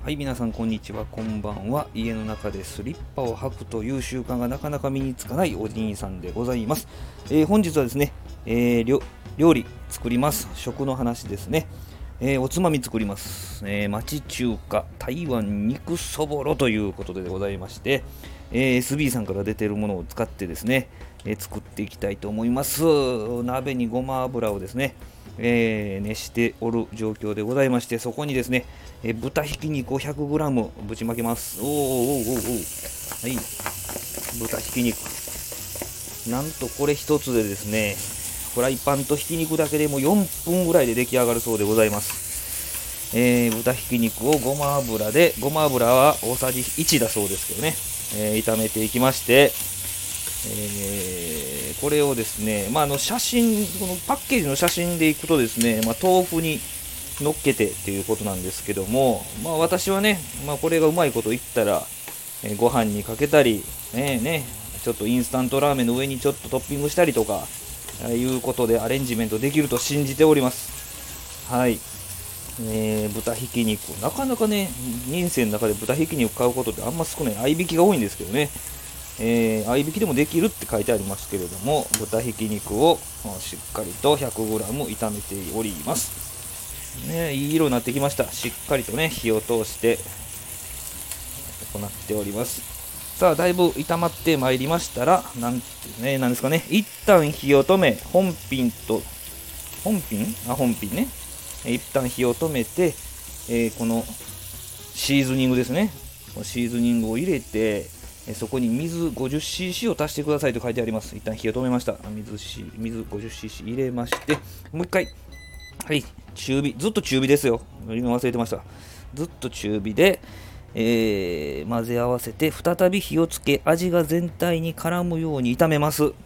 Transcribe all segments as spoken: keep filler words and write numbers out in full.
はい、皆さんこんにちは、こんばんは。家の中でスリッパを履くという習慣がなかなか身につかないおじいさんでございます。えー本日はですね、えー料料理作ります。食の話ですね。えーおつまみ作ります、えー町中華台湾肉そぼろということでございまして、えー エスビー さんから出ているものを使ってですね、えー作っていきたいと思います。鍋にごま油をですね、えー熱しておる状況でございまして、そこにですね、えー豚ひき肉を ひゃくグラム ぶちまけます。おーおーおーおー、はい、豚ひき肉。なんとこれ一つでですね、フライパンとひき肉だけでもよんぷんぐらいで出来上がるそうでございます。えー豚ひき肉をごま油で、ごま油は大さじいちだそうですけどね、えー炒めていきまして、えーこれをですね、まあ、あの写真、このパッケージの写真でいくとですね、まあ、豆腐に乗っけてっていうことなんですけども、まあ、私はね、まあ、これがうまいこと言ったら、えーご飯にかけたり、ねね、ちょっとインスタントラーメンの上にちょっとトッピングしたりとか、あいうことでアレンジメントできると信じております。はい。えー豚ひき肉、なかなかね、人生の中で豚ひき肉買うことってあんま少ない、合いびきが多いんですけどね、えー合いびきでもできるって書いてありますけれども、豚ひき肉をしっかりと ひゃくグラム 炒めております。ね、いい色になってきました。しっかりとね、火を通して行っております。さあ、だいぶ炒まってまいりましたら、なんてね、なんですかね、一旦火を止め、本品と、本品あ、本品ね。一旦火を止めて、えーこのシーズニングですね。シーズニングを入れて、そこに水 ごじゅっシーシー を足してくださいと書いてあります。一旦火を止めました。水、水 ごじゅっシーシー 入れまして、もう一回、はい、中火、ずっと中火ですよ。今忘れてました。ずっと中火で、えー混ぜ合わせて、再び火をつけ、味が全体に絡むように炒めます。はい、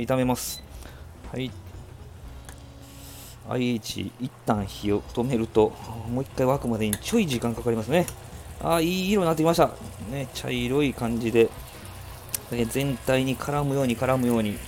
炒めます。はい。アイエイチ 一旦火を止めると、もう一回沸くまでにちょい時間かかりますね。ああ、いい色になってきました。ね、茶色い感じで、え全体に絡むように絡むように、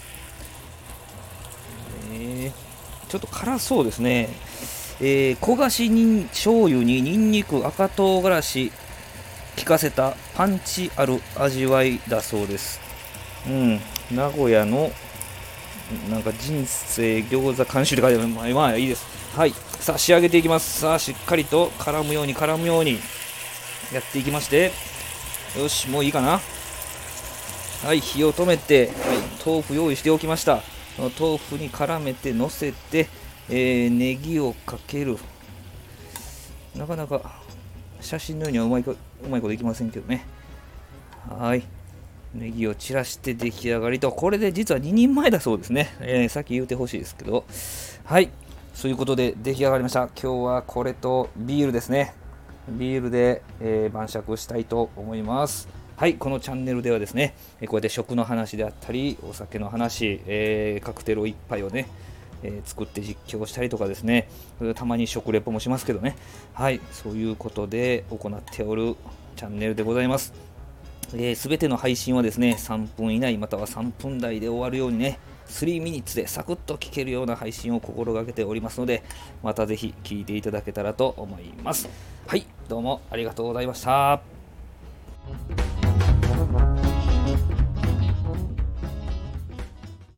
えーちょっと辛そうですね。えー焦がしにん醤油にニンニク、赤唐辛子効かせたパンチある味わいだそうです。うん、名古屋のなんか人生餃子監修で書いてある。まあ、まあいいです。はい。さあ仕上げていきます。さあしっかりと絡むように絡むようにやっていきまして、よし、もういいかな。はい、火を止めて、はい、豆腐用意しておきました。豆腐に絡めて乗せて、えーネギをかける。なかなか写真のようにはうまいこうまいこといきませんけどね。はい。ネギを散らして出来上がりと、これで実はににんまえだそうですね。えー、さっき言うてほしいですけど。はい。そういうことで出来上がりました。今日はこれとビールですね。ビールで、えー晩酌したいと思います。はい、このチャンネルではですね、えーこうやって食の話であったり、お酒の話、えーカクテルを一杯をね、えー作って実況したりとかですね、たまに食レポもしますけどね、はい、そういうことで行っておるチャンネルでございます。すべ、えー、ての配信はですね、さんぷん以内またはさんぷん台で終わるようにね、さんミニッツでサクッと聞けるような配信を心がけておりますので、またぜひ聞いていただけたらと思います。はい、どうもありがとうございました。